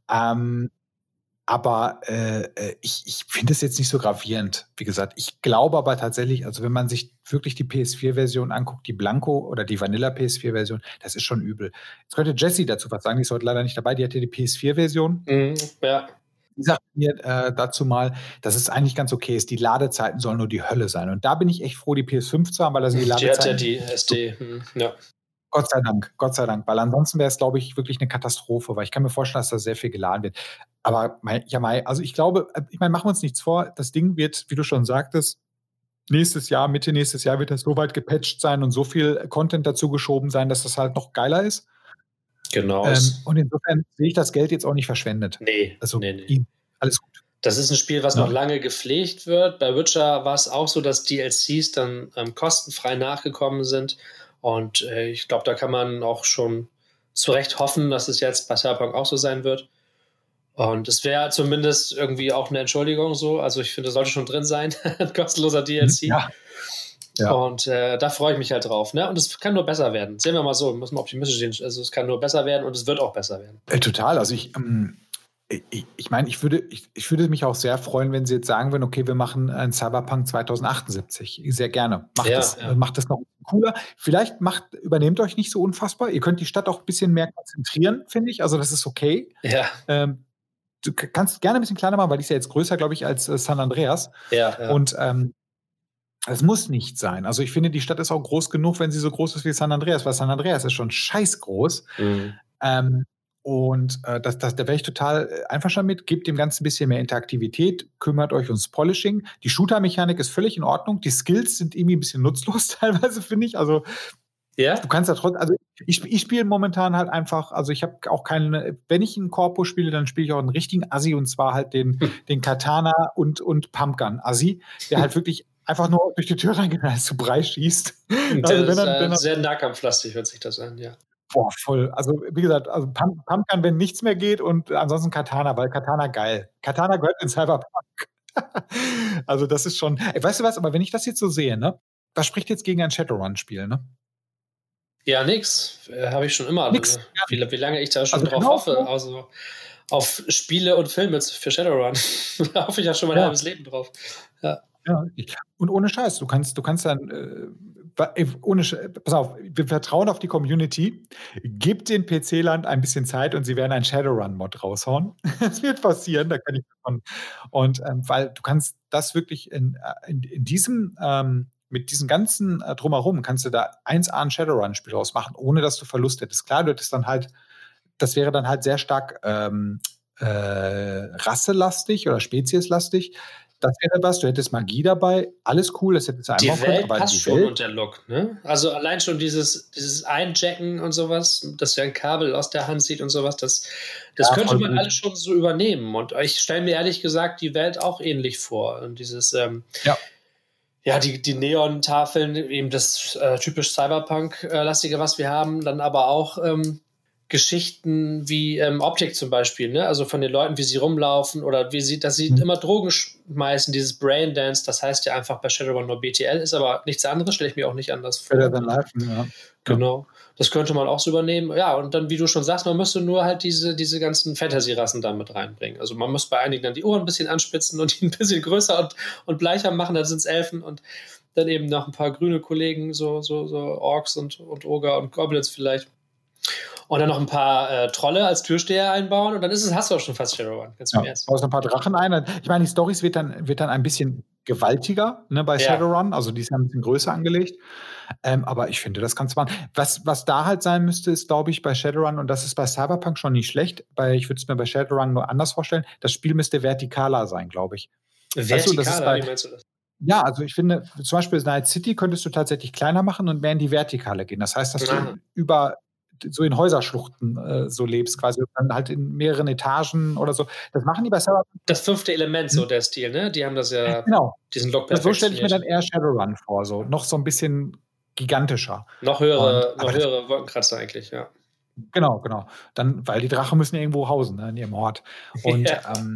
Aber ich finde es jetzt nicht so gravierend. Wie gesagt, ich glaube aber tatsächlich, also wenn man sich wirklich die PS4-Version anguckt, die Blanco oder die Vanilla PS4-Version, das ist schon übel. Jetzt könnte Jessie dazu was sagen, die ist heute leider nicht dabei, die hat ja die PS4-Version. Ja. Die sagt mir dazu mal, dass es eigentlich ganz okay ist. Die Ladezeiten sollen nur die Hölle sein. Und da bin ich echt froh, die PS5 zu haben, weil da sind die Ladezeiten. Die hat ja die SD. Ja. Gott sei Dank, weil ansonsten wäre es, glaube ich, wirklich eine Katastrophe, weil ich kann mir vorstellen, dass da sehr viel geladen wird. Aber also ich glaube, machen wir uns nichts vor, das Ding wird, wie du schon sagtest, Mitte nächstes Jahr wird das so weit gepatcht sein und so viel Content dazu geschoben sein, dass das halt noch geiler ist. Genau. Und insofern sehe ich das Geld jetzt auch nicht verschwendet. Nee. Alles gut. Das ist ein Spiel, was noch lange gepflegt wird. Bei Witcher war es auch so, dass DLCs dann kostenfrei nachgekommen sind. Und ich glaube, da kann man auch schon zu Recht hoffen, dass es jetzt bei Cyberpunk auch so sein wird. Und es wäre zumindest irgendwie auch eine Entschuldigung so. Also ich finde, das sollte schon drin sein. Ein kostenloser DLC. Ja. Und da freue ich mich halt drauf. Ne? Und es kann nur besser werden. Sehen wir mal so, muss man optimistisch sehen. Also es kann nur besser werden und es wird auch besser werden. Total. Also ich meine, ich würde mich auch sehr freuen, wenn Sie jetzt sagen würden, okay, wir machen ein Cyberpunk 2078. Sehr gerne. Macht das noch cooler. Vielleicht übernehmt euch nicht so unfassbar. Ihr könnt die Stadt auch ein bisschen mehr konzentrieren, finde ich. Also das ist okay. Ja. Du kannst gerne ein bisschen kleiner machen, weil die ist ja jetzt größer, glaube ich, als San Andreas. Ja. Und es muss nicht sein. Also ich finde, die Stadt ist auch groß genug, wenn sie so groß ist wie San Andreas, weil San Andreas ist schon scheiß groß. Und da wäre ich total einverstanden mit. Gebt dem Ganzen ein bisschen mehr Interaktivität, kümmert euch ums Polishing. Die Shooter-Mechanik ist völlig in Ordnung. Die Skills sind irgendwie ein bisschen nutzlos teilweise, finde ich. Also du kannst da trotzdem, also ich spiele momentan halt einfach, also ich habe auch wenn ich einen Corpo spiele, dann spiele ich auch einen richtigen Assi und zwar halt den Katana und Pumpgun Assi, der halt wirklich einfach nur durch die Tür reingehen, als du Brei schießt. Also wenn er sehr nahkampflastig hört sich das an, ja. Boah, voll. Also, wie gesagt, also Pumpgun, wenn nichts mehr geht und ansonsten Katana, weil Katana geil. Katana gehört in Cyberpunk. Also, das ist schon weißt du was, aber wenn ich das jetzt so sehe, ne, was spricht jetzt gegen ein Shadowrun-Spiel, ne? Ja, nix. Habe ich schon immer. Nix. Wie lange ich da schon Also drauf genau hoffe. so. Also auf Spiele und Filme für Shadowrun. Da hoffe ich ja schon mein halbes Leben drauf. Ja. Ja, und ohne Scheiß, du kannst dann, pass auf, wir vertrauen auf die Community. Gib den PC-Land ein bisschen Zeit und sie werden einen Shadowrun-Mod raushauen. Das wird passieren, da kann ich davon. Und weil du kannst das wirklich in diesem, mit diesem ganzen Drumherum, kannst du da 1A ein Shadowrun-Spiel rausmachen, ohne dass du Verlust hättest. Klar, du hättest dann halt, das wäre dann halt sehr stark rasselastig oder spezieslastig. Das wäre was, du hättest Magie dabei, alles cool, das hättest du einbauen können. Die Welt passt schon und der Look, ne? Also allein schon dieses Einjacken und sowas, dass er ein Kabel aus der Hand zieht und sowas, das könnte man alles schon so übernehmen. Und ich stelle mir ehrlich gesagt die Welt auch ähnlich vor. Und dieses, die Neon-Tafeln, eben das typisch Cyberpunk-lastige, was wir haben, dann aber auch Geschichten wie Object zum Beispiel, ne? Also von den Leuten, wie sie rumlaufen oder dass sie immer Drogen schmeißen, dieses Braindance, das heißt ja einfach bei Shadowrun nur BTL, ist aber nichts anderes, stelle ich mir auch nicht anders vor. Ja. Genau. Das könnte man auch so übernehmen. Ja, und dann, wie du schon sagst, man müsste nur halt diese ganzen Fantasy-Rassen da mit reinbringen. Also man muss bei einigen dann die Ohren ein bisschen anspitzen und die ein bisschen größer und bleicher machen, dann sind es Elfen und dann eben noch ein paar grüne Kollegen, so Orks und Oger und Goblins vielleicht. Und dann noch ein paar Trolle als Türsteher einbauen und dann hast du auch schon fast Shadowrun. Ganz im Ernst. Baust ein paar Drachen ein. Ich meine, die Storys wird dann ein bisschen gewaltiger, ne, bei Shadowrun. Also die ist ja ein bisschen größer angelegt. Aber ich finde, das kannst du machen. Was da halt sein müsste, ist, glaube ich, bei Shadowrun, und das ist bei Cyberpunk schon nicht schlecht, ich würde es mir bei Shadowrun nur anders vorstellen, das Spiel müsste vertikaler sein, glaube ich. Vertikaler, wie meinst du das? Ja, also ich finde, zum Beispiel Night City könntest du tatsächlich kleiner machen und mehr in die Vertikale gehen. Das heißt, dass du so in Häuserschluchten so lebst, quasi dann halt in mehreren Etagen oder so. Das machen die bei Cyberpunk. Das 5. Element, so der Stil, ne? Die haben das ja, genau. Diesen Look perfekt. So stelle ich mir dann eher Shadowrun vor, so noch so ein bisschen gigantischer. Noch höhere Wolkenkratzer eigentlich, ja. Genau. Dann, weil die Drachen müssen ja irgendwo hausen, ne, in ihrem Hort. Und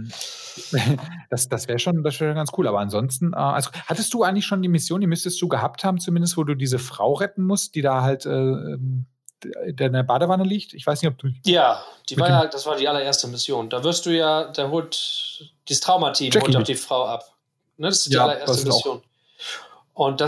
das wäre schon ganz cool. Aber ansonsten, also hattest du eigentlich schon die Mission, die müsstest du gehabt haben, zumindest, wo du diese Frau retten musst, die da halt der in der Badewanne liegt? Ich weiß nicht, ob du. Ja, das war die allerersteMission. Da wirst du ja, da holt dieses Traumateam holt auch die Frau ab. Ne, das ist die allererste Mission. Und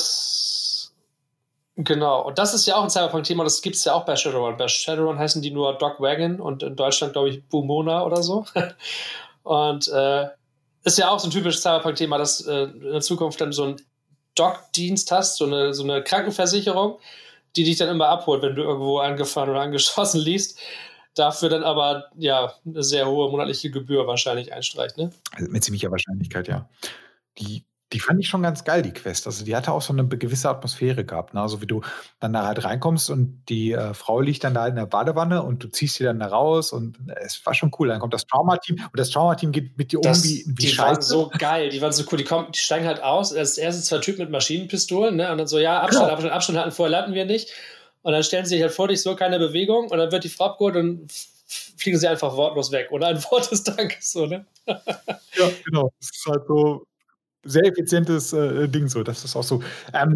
genau. Und das ist ja auch ein Cyberpunk-Thema, das gibt es ja auch bei Shadowrun. Bei Shadowrun heißen die nur Dog Wagon und in Deutschland, glaube ich, Bumona oder so. Und ist ja auch so ein typisches Cyberpunk-Thema, dass in der Zukunft dann so einen Doc-Dienst hast, so eine Krankenversicherung, die dich dann immer abholt, wenn du irgendwo angefahren oder angeschossen liest. Dafür dann aber eine sehr hohe monatliche Gebühr wahrscheinlich einstreicht, ne? Also mit ziemlicher Wahrscheinlichkeit, ja. Die fand ich schon ganz geil, die Quest. Also die hatte auch so eine gewisse Atmosphäre gehabt. Ne? Also wie du dann da halt reinkommst und die Frau liegt dann da in der Badewanne und du ziehst sie dann da raus und es war schon cool. Dann kommt das Traumateam und das Traumateam geht mit dir wie die Scheiße. Waren so geil, die waren so cool. Die steigen halt aus. Als erstes 2 Typen mit Maschinenpistolen, ne? Und dann so, Abstand hatten, vorher landen wir nicht. Und dann stellen sie sich halt vor dich, so keine Bewegung und dann wird die Frau abgeholt und fliegen sie einfach wortlos weg. Oder ein Wort des Dankes, so, ne? Ja, genau. Das ist halt so sehr effizientes Ding so. Das ist auch so.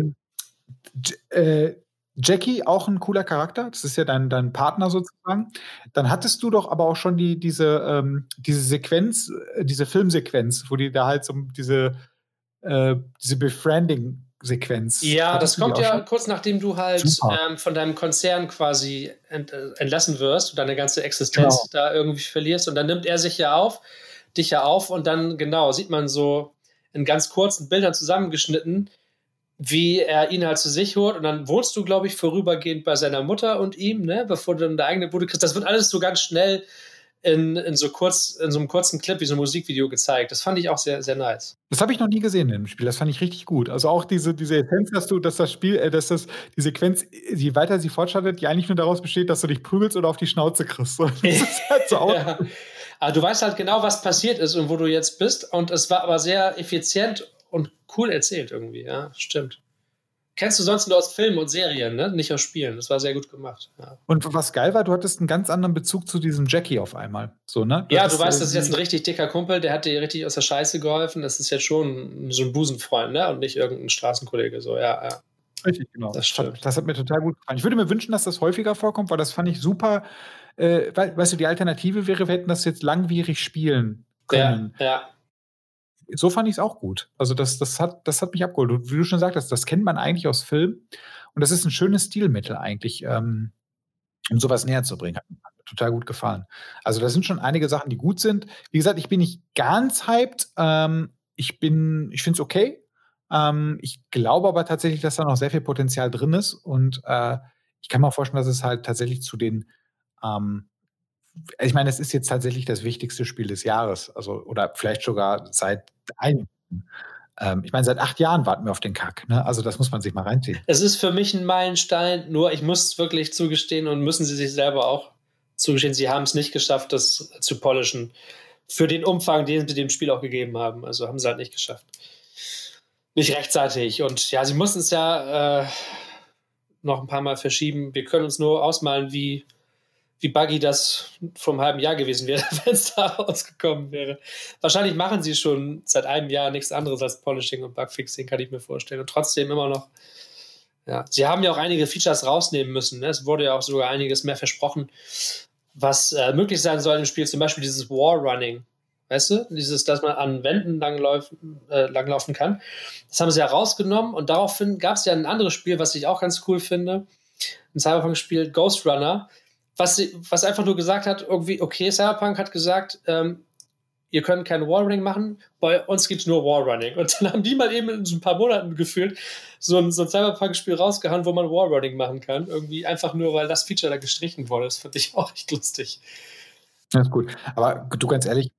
Jackie, auch ein cooler Charakter. Das ist ja dein Partner sozusagen. Dann hattest du doch aber auch schon diese Sequenz, diese Filmsequenz, wo die da halt so diese Befriending-Sequenz. Ja, das kommt ja schon kurz nachdem du halt von deinem Konzern quasi entlassen wirst und deine ganze Existenz da irgendwie verlierst. Und dann nimmt er dich ja auf und dann sieht man so in ganz kurzen Bildern zusammengeschnitten, wie er ihn halt zu sich holt und dann wohnst du, glaube ich, vorübergehend bei seiner Mutter und ihm, ne, bevor du dann deine eigene Bude kriegst. Das wird alles so ganz schnell in so einem kurzen Clip wie so ein Musikvideo gezeigt. Das fand ich auch sehr, sehr nice. Das habe ich noch nie gesehen im Spiel. Das fand ich richtig gut. Also auch diese Essenz, dass das Spiel, die Sequenz, je weiter sie fortschreitet, die eigentlich nur daraus besteht, dass du dich prügelst oder auf die Schnauze kriegst. Das ist halt so auch. Ja. Aber du weißt halt genau, was passiert ist und wo du jetzt bist. Und es war aber sehr effizient und cool erzählt irgendwie, ja, stimmt. Kennst du sonst nur aus Filmen und Serien, ne? Nicht aus Spielen. Das war sehr gut gemacht. Ja. Und was geil war, du hattest einen ganz anderen Bezug zu diesem Jackie auf einmal. So, ne? Ja, du weißt, das ist jetzt ein richtig dicker Kumpel, der hat dir richtig aus der Scheiße geholfen. Das ist jetzt schon so ein Busenfreund, ne? Und nicht irgendein Straßenkollege. So, ja. Richtig, genau. Das stimmt. Das hat mir total gut gefallen. Ich würde mir wünschen, dass das häufiger vorkommt, weil das fand ich super. Weißt du, die Alternative wäre, wir hätten das jetzt langwierig spielen können. Ja. So fand ich es auch gut. Also das hat mich abgeholt. Und wie du schon sagtest, das kennt man eigentlich aus Filmen. Und das ist ein schönes Stilmittel eigentlich, um sowas näher zu bringen. Hat mir total gut gefallen. Also da sind schon einige Sachen, die gut sind. Wie gesagt, ich bin nicht ganz hyped. Ich finde es okay. Ich glaube aber tatsächlich, dass da noch sehr viel Potenzial drin ist. Und ich kann mir auch vorstellen, dass es halt tatsächlich zu den ich meine, es ist jetzt tatsächlich das wichtigste Spiel des Jahres, also oder vielleicht sogar seit einigen. Ich meine, seit 8 Jahren warten wir auf den Kack, ne? Also das muss man sich mal reinziehen. Es ist für mich ein Meilenstein, nur ich muss wirklich zugestehen und müssen sie sich selber auch zugestehen, sie haben es nicht geschafft, das zu polischen. Für den Umfang, den sie dem Spiel auch gegeben haben. Also haben sie halt nicht geschafft. Nicht rechtzeitig. Und ja, sie mussten es ja noch ein paar Mal verschieben. Wir können uns nur ausmalen, wie buggy das vor einem halben Jahr gewesen wäre, wenn es da rausgekommen wäre. Wahrscheinlich machen sie schon seit einem Jahr nichts anderes als Polishing und Bugfixing, kann ich mir vorstellen. Und trotzdem immer noch, ja. Sie haben ja auch einige Features rausnehmen müssen. Ne? Es wurde ja auch sogar einiges mehr versprochen, was möglich sein soll im Spiel. Zum Beispiel dieses Wall-Running. Weißt du? Dass man an Wänden langlaufen kann. Das haben sie ja rausgenommen und daraufhin gab es ja ein anderes Spiel, was ich auch ganz cool finde. Ein Cyberpunk-Spiel, Ghost Runner, was einfach nur gesagt hat, irgendwie, okay, Cyberpunk hat gesagt, ihr könnt kein Wallrunning machen, bei uns gibt es nur Wallrunning. Und dann haben die mal eben in so ein paar Monaten gefühlt so ein Cyberpunk-Spiel rausgehauen, wo man Wallrunning machen kann. Irgendwie einfach nur, weil das Feature da gestrichen wurde. Das fand ich auch echt lustig. Das ist gut. Aber du, ganz ehrlich,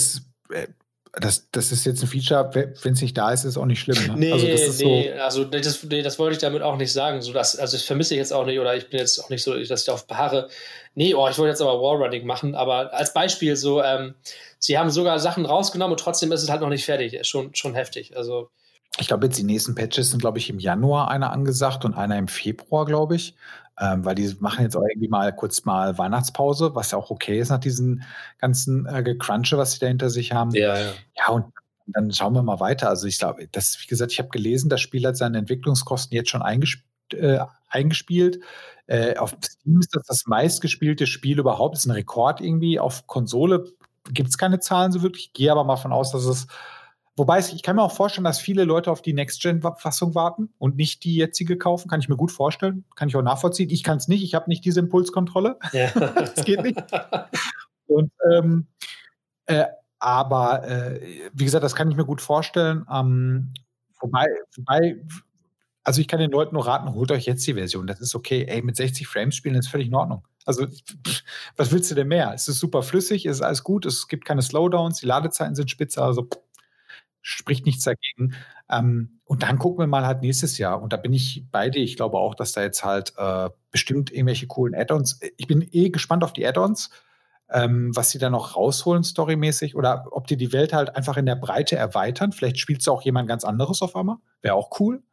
das ist jetzt ein Feature, wenn es nicht da ist, ist es auch nicht schlimm. Ne? Nee, also das ist das wollte ich damit auch nicht sagen. Also das vermisse ich jetzt auch nicht, oder ich bin jetzt auch nicht so, dass ich darauf beharre. Nee, ich wollte jetzt aber Wallrunning machen, aber als Beispiel so, sie haben sogar Sachen rausgenommen und trotzdem ist es halt noch nicht fertig. Schon heftig. Also ich glaube, jetzt die nächsten Patches sind, glaube ich, im Januar einer angesagt und einer im Februar, glaube ich. Weil die machen jetzt auch irgendwie kurz mal Weihnachtspause, was ja auch okay ist nach diesen ganzen Gecrunche, was sie da hinter sich haben. Ja, und dann schauen wir mal weiter. Also ich glaube, wie gesagt, ich habe gelesen, das Spiel hat seine Entwicklungskosten jetzt schon eingespielt. Auf Steam ist das meistgespielte Spiel überhaupt. Das ist ein Rekord irgendwie. Auf Konsole gibt es keine Zahlen so wirklich. Ich gehe aber mal von aus, dass es wobei ich kann mir auch vorstellen, dass viele Leute auf die Next-Gen-Fassung warten und nicht die jetzige kaufen. Kann ich mir gut vorstellen. Kann ich auch nachvollziehen. Ich kann es nicht. Ich habe nicht diese Impulskontrolle. Ja. Das geht nicht. Und, aber wie gesagt, das kann ich mir gut vorstellen. Wobei, also ich kann den Leuten nur raten, holt euch jetzt die Version. Das ist okay. Ey, mit 60 Frames spielen ist völlig in Ordnung. Also, was willst du denn mehr? Es ist super flüssig, es ist alles gut, es gibt keine Slowdowns, die Ladezeiten sind spitze, also spricht nichts dagegen. Und dann gucken wir mal halt nächstes Jahr. Und da bin ich bei dir. Ich glaube auch, dass da jetzt halt bestimmt irgendwelche coolen Add-ons. Ich bin gespannt auf die Add-ons, was sie da noch rausholen, storymäßig. Oder ob die Welt halt einfach in der Breite erweitern. Vielleicht spielt auch jemand ganz anderes auf einmal. Wäre auch cool.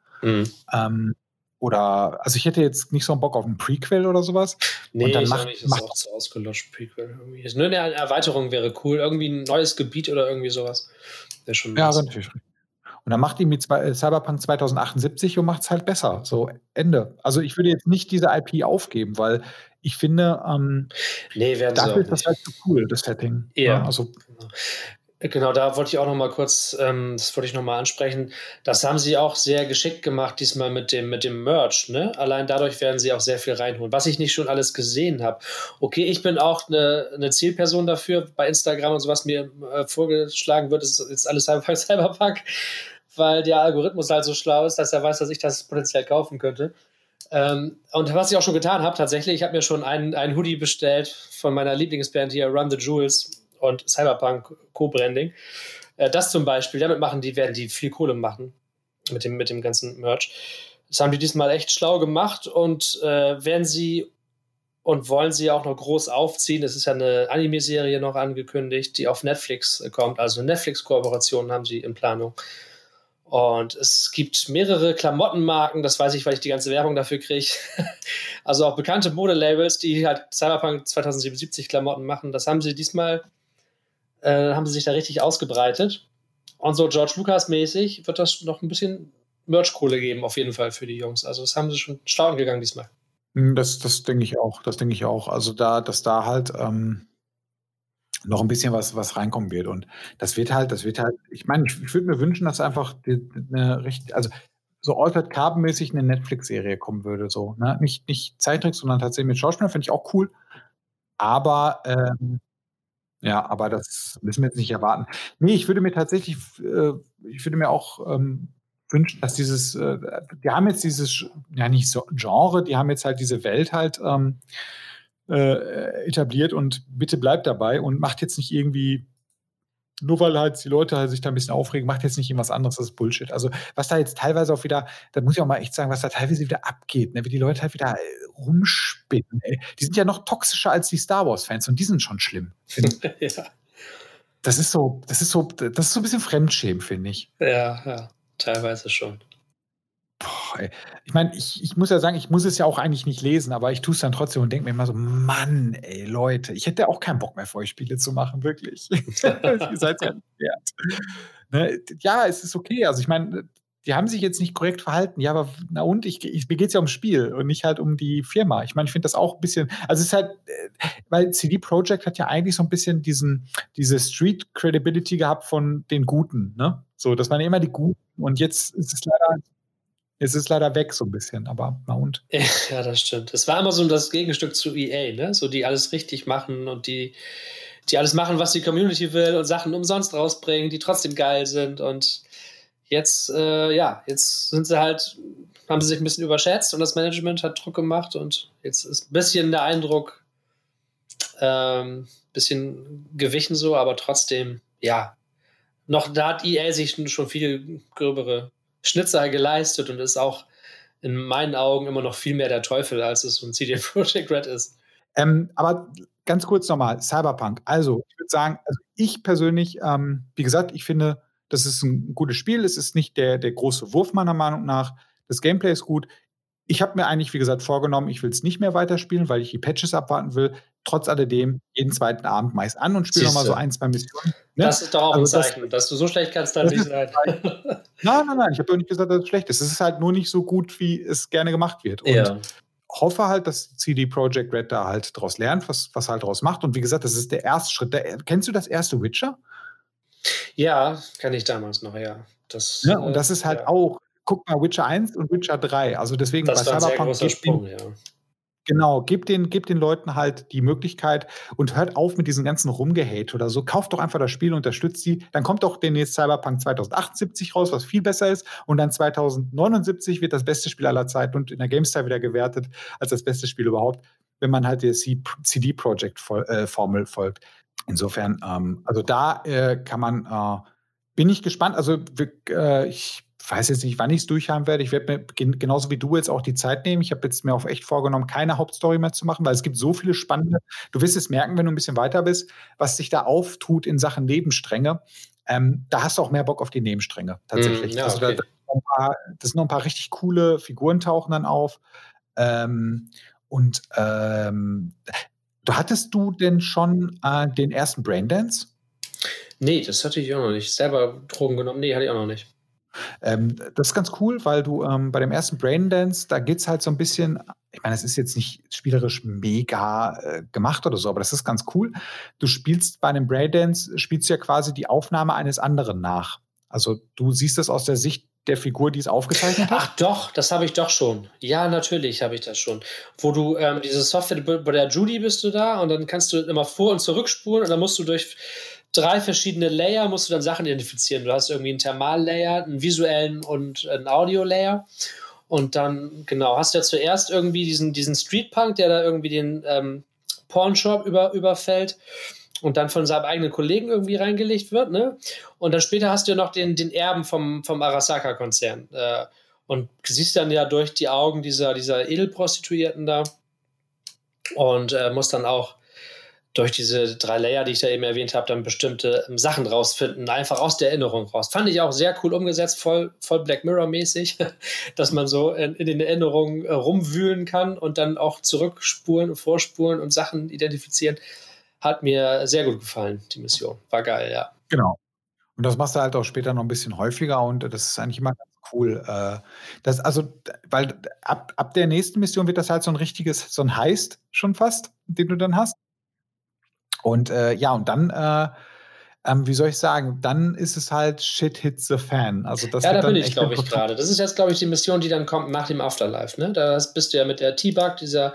Oder, also ich hätte jetzt nicht so einen Bock auf einen Prequel oder sowas. Nee, und dann ich nicht, das ist auch zu ausgelutscht, Prequel. Irgendwie. Nur eine Erweiterung wäre cool. Irgendwie ein neues Gebiet oder irgendwie sowas. Wäre schon ja, natürlich. Und dann macht die mit Cyberpunk 2078 und macht es halt besser. So, Ende. Also ich würde jetzt nicht diese IP aufgeben, weil ich finde, dafür ist das halt so cool, das Setting. Ja, also Genau, da wollte ich auch noch mal kurz, das wollte ich noch mal ansprechen. Das haben sie auch sehr geschickt gemacht diesmal mit dem Merch. Ne? Allein dadurch werden sie auch sehr viel reinholen, was ich nicht schon alles gesehen habe. Okay, ich bin auch eine Zielperson dafür. Bei Instagram und sowas mir vorgeschlagen wird, ist jetzt alles Cyberpunk, weil der Algorithmus halt so schlau ist, dass er weiß, dass ich das potenziell kaufen könnte. Und was ich auch schon getan habe, tatsächlich, ich habe mir schon einen Hoodie bestellt von meiner Lieblingsband hier, Run the Jewels und Cyberpunk Co-Branding. Das zum Beispiel, damit werden die viel Kohle machen mit dem ganzen Merch. Das haben die diesmal echt schlau gemacht und werden sie und wollen sie auch noch groß aufziehen. Es ist ja eine Anime-Serie noch angekündigt, die auf Netflix kommt. Also eine Netflix-Kooperation haben sie in Planung. Und es gibt mehrere Klamottenmarken, das weiß ich, weil ich die ganze Werbung dafür kriege. Also auch bekannte Modelabels, die halt Cyberpunk 2077 Klamotten machen. Das haben sie diesmal, haben sie sich da richtig ausgebreitet. Und so George Lucas-mäßig wird das noch ein bisschen Merch-Kohle geben, auf jeden Fall für die Jungs. Also das haben sie schon stark gegangen diesmal. Das denke ich auch. Das denke ich auch. Also dass da halt noch ein bisschen was reinkommen wird. Und das wird halt, ich meine, ich würde mir wünschen, dass einfach also so Altered Carbon-mäßig eine Netflix-Serie kommen würde. So, ne? Nicht Zeichentrick, sondern tatsächlich mit Schauspielern, finde ich auch cool. Aber ja, aber das müssen wir jetzt nicht erwarten. Nee, ich würde mir tatsächlich, ich würde mir auch wünschen, dass die haben jetzt dieses, ja nicht so Genre, die haben jetzt halt diese Welt halt etabliert und bitte bleibt dabei und macht jetzt nicht irgendwie, nur weil halt die Leute halt sich da ein bisschen aufregen, macht jetzt nicht irgendwas anderes, das ist Bullshit. Also was da jetzt teilweise auch wieder, da muss ich auch mal echt sagen, was da teilweise wieder abgeht, ne? Wie die Leute halt wieder rumspinnen, ey. Die sind ja noch toxischer als die Star Wars-Fans und die sind schon schlimm, finde ich. Ja. Das ist so ein bisschen Fremdschämen, finde ich. Ja, teilweise schon. Boah, ey. Ich meine, ich muss ja sagen, ich muss es ja auch eigentlich nicht lesen, aber ich tue es dann trotzdem und denke mir immer so, Mann, ey, Leute, ich hätte auch keinen Bock mehr für euch Spiele zu machen, wirklich. Ihr seid ja nicht wert. Ne? Ja, es ist okay. Also ich meine, die haben sich jetzt nicht korrekt verhalten. Ja, aber na und? Mir geht es ja ums Spiel und nicht halt um die Firma. Ich meine, ich finde das auch ein bisschen, also es ist halt, weil CD Projekt hat ja eigentlich so ein bisschen diese Street Credibility gehabt von den Guten, ne? So, das waren ja immer die Guten und jetzt ist es ist leider weg so ein bisschen, aber na und? Ja, das stimmt. Es war immer so das Gegenstück zu EA, ne? So die alles richtig machen und die alles machen, was die Community will und Sachen umsonst rausbringen, die trotzdem geil sind. Und jetzt, jetzt sind sie halt, haben sie sich ein bisschen überschätzt und das Management hat Druck gemacht und jetzt ist ein bisschen der Eindruck, bisschen gewichen so, aber trotzdem, ja, noch da hat EA sich schon viel gröbere Schnitzer geleistet und ist auch in meinen Augen immer noch viel mehr der Teufel, als es so ein CD Projekt Red ist. Aber ganz kurz nochmal, Cyberpunk. Also, ich würde sagen, also ich persönlich, wie gesagt, ich finde, das ist ein gutes Spiel. Es ist nicht der große Wurf meiner Meinung nach. Das Gameplay ist gut. Ich habe mir eigentlich, wie gesagt, vorgenommen, ich will es nicht mehr weiterspielen, weil ich die Patches abwarten will. Trotz alledem, jeden zweiten Abend meist an und spiele nochmal so 1, 2 Missionen. Ne? Das ist doch auch ein Zeichen, dass du so schlecht kannst dann nicht sein. Nein, ich habe doch nicht gesagt, dass es schlecht ist. Es ist halt nur nicht so gut, wie es gerne gemacht wird. Und hoffe halt, dass CD Projekt Red da halt draus lernt, was halt draus macht. Und wie gesagt, das ist der erste Schritt. Kennst du das erste Witcher? Ja, kenne ich damals noch, ja. Und das ist halt auch, guck mal, Witcher 1 und Witcher 3. Also deswegen das bei war ein Cyberpunk sehr großer Sprung, ja. Genau, gebt den Leuten halt die Möglichkeit und hört auf mit diesem ganzen Rumgehate oder so. Kauft doch einfach das Spiel, unterstützt die. Dann kommt doch demnächst Cyberpunk 2078 raus, was viel besser ist. Und dann 2079 wird das beste Spiel aller Zeiten und in der GameStar wieder gewertet als das beste Spiel überhaupt, wenn man halt der CD Projekt Formel folgt. Insofern, also da kann man, bin ich gespannt. Also ich weiß jetzt nicht, wann ich es durchhaben werde. Ich werde mir genauso wie du jetzt auch die Zeit nehmen. Ich habe jetzt mir auch echt vorgenommen, keine Hauptstory mehr zu machen, weil es gibt so viele spannende, du wirst es merken, wenn du ein bisschen weiter bist, was sich da auftut in Sachen Nebenstränge. Da hast du auch mehr Bock auf die Nebenstränge, tatsächlich. Ja, also okay. das sind noch ein paar richtig coole Figuren tauchen dann auf. Hattest du denn schon den ersten Braindance? Nee, das hatte ich auch noch nicht. Selber Drogen genommen? Nee, hatte ich auch noch nicht. Das ist ganz cool, weil du bei dem ersten Braindance, da geht es halt so ein bisschen, ich meine, es ist jetzt nicht spielerisch mega gemacht oder so, aber das ist ganz cool. Du spielst bei einem Braindance, spielst du ja quasi die Aufnahme eines anderen nach. Also du siehst das aus der Sicht der Figur, die es aufgezeichnet hat. Ach doch, das habe ich doch schon. Ja, natürlich habe ich das schon. Wo du diese Software, bei der Judy bist du da und dann kannst du immer vor- und zurückspulen und dann musst du durch 3 verschiedene Layer musst du dann Sachen identifizieren. Du hast irgendwie einen Thermal-Layer, einen visuellen und einen Audio-Layer. Und dann, genau, hast du ja zuerst irgendwie diesen Streetpunk, der da irgendwie den Pornshop überfällt und dann von seinem eigenen Kollegen irgendwie reingelegt wird, ne? Und dann später hast du ja noch den Erben vom Arasaka-Konzern. Und siehst dann ja durch die Augen dieser Edelprostituierten da und musst dann auch durch diese 3 Layer, die ich da eben erwähnt habe, dann bestimmte Sachen rausfinden, einfach aus der Erinnerung raus. Fand ich auch sehr cool umgesetzt, voll Black Mirror-mäßig, dass man so in den Erinnerungen rumwühlen kann und dann auch zurückspulen und vorspulen und Sachen identifizieren. Hat mir sehr gut gefallen, die Mission. War geil, ja. Genau. Und das machst du halt auch später noch ein bisschen häufiger und das ist eigentlich immer ganz cool. Weil ab der nächsten Mission wird das halt so ein Heist schon fast, den du dann hast. Und und dann, wie soll ich sagen, dann ist es halt Shit hits the fan. Also das Ja, wird da dann bin ich, echt glaube ich, gerade. Das ist jetzt, glaube ich, die Mission, die dann kommt nach dem Afterlife. Ne? Da bist du ja mit der T-Bug,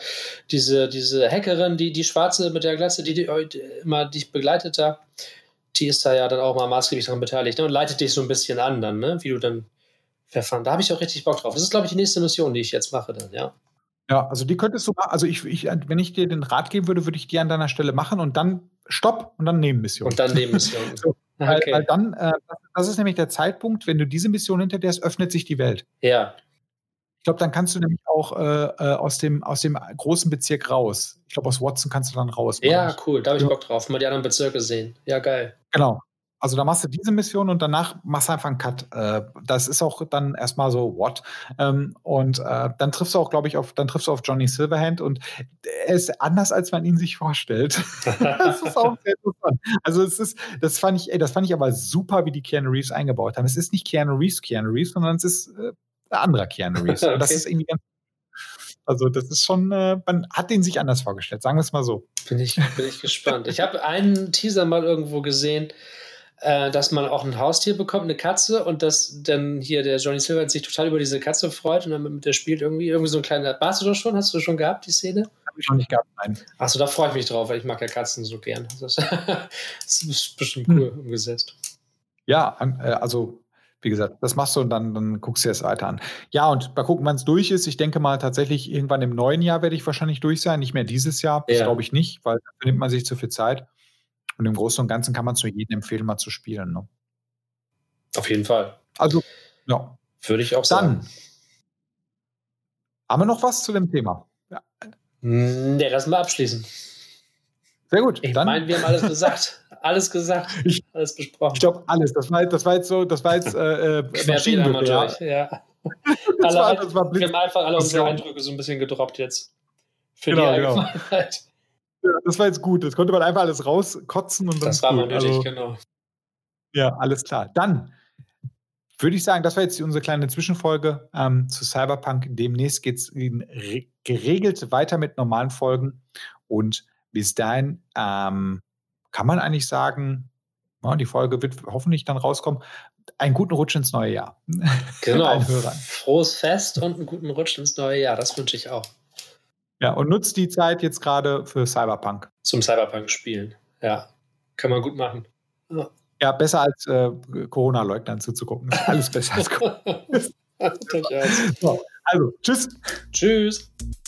diese Hackerin, die Schwarze mit der Glatze, die immer dich begleitet da. Die ist da ja dann auch mal maßgeblich daran beteiligt, ne? Und leitet dich so ein bisschen an dann, ne? Wie du dann verfahren. Da habe ich auch richtig Bock drauf. Das ist, glaube ich, die nächste Mission, die ich jetzt mache dann, ja. Ja, also die könntest du also wenn ich dir den Rat geben würde, würde ich die an deiner Stelle machen und dann Stopp und dann Nebenmission. Und dann Nebenmission. So, Okay. weil dann, das ist nämlich der Zeitpunkt, wenn du diese Mission hinter dir hast, öffnet sich die Welt. Ja. Ich glaube, dann kannst du nämlich auch aus dem großen Bezirk raus. Ich glaube, aus Watson kannst du dann raus. Ja, cool. Da habe ich Bock drauf. Mal die anderen Bezirke sehen. Ja, geil. Genau. Also da machst du diese Mission und danach machst du einfach einen Cut. Das ist auch dann erstmal so, what? Und dann triffst du auch, glaube ich, auf Johnny Silverhand und er ist anders, als man ihn sich vorstellt. Das ist auch sehr interessant. Also das fand ich aber super, wie die Keanu Reeves eingebaut haben. Es ist nicht Keanu Reeves, sondern es ist ein anderer Keanu Reeves. Okay. Und das ist irgendwie ganz, also das ist schon, man hat den sich anders vorgestellt, sagen wir es mal so. Bin ich gespannt. Ich habe einen Teaser mal irgendwo gesehen, dass man auch ein Haustier bekommt, eine Katze, und dass dann hier der Johnny Silverhand sich total über diese Katze freut und dann mit der spielt irgendwie so ein kleiner. Warst du das schon? Hast du das schon gehabt, die Szene? Habe ich noch nicht gehabt, nein. Achso, da freue ich mich drauf, weil ich mag ja Katzen so gern. Das ist bestimmt cool umgesetzt. Ja, also wie gesagt, das machst du und dann guckst du dir das weiter an. Ja, und mal gucken, wann es durch ist. Ich denke mal tatsächlich, irgendwann im neuen Jahr werde ich wahrscheinlich durch sein. Nicht mehr dieses Jahr, das glaube ich nicht, weil da nimmt man sich zu viel Zeit. Und im Großen und Ganzen kann man es nur jedem empfehlen, mal zu spielen. Ne? Auf jeden Fall. Also, ja. Würde ich auch sagen. Dann haben wir noch was zu dem Thema? Ja. Nee, lass mal abschließen. Sehr gut. Ich meine, wir haben alles gesagt. Alles besprochen. Ich glaube, alles. Das war jetzt Maschinengewehr. Ja. Wir haben einfach alle unsere Eindrücke so ein bisschen gedroppt jetzt. Für die Allgemeinheit. Ja, das war jetzt gut. Das konnte man einfach alles rauskotzen und dann. Das war mal nötig, genau. Ja, alles klar. Dann würde ich sagen, das war jetzt unsere kleine Zwischenfolge zu Cyberpunk. Demnächst geht es geregelt weiter mit normalen Folgen. Und bis dahin kann man eigentlich sagen, die Folge wird hoffentlich dann rauskommen. Einen guten Rutsch ins neue Jahr. Genau. Frohes Fest und einen guten Rutsch ins neue Jahr. Das wünsche ich auch. Ja, und nutzt die Zeit jetzt gerade für Cyberpunk. Zum Cyberpunk-Spielen. Ja, kann man gut machen. Ja, besser als Corona-Leugnern zuzugucken. Ist alles besser als Corona. So, also, tschüss. Tschüss.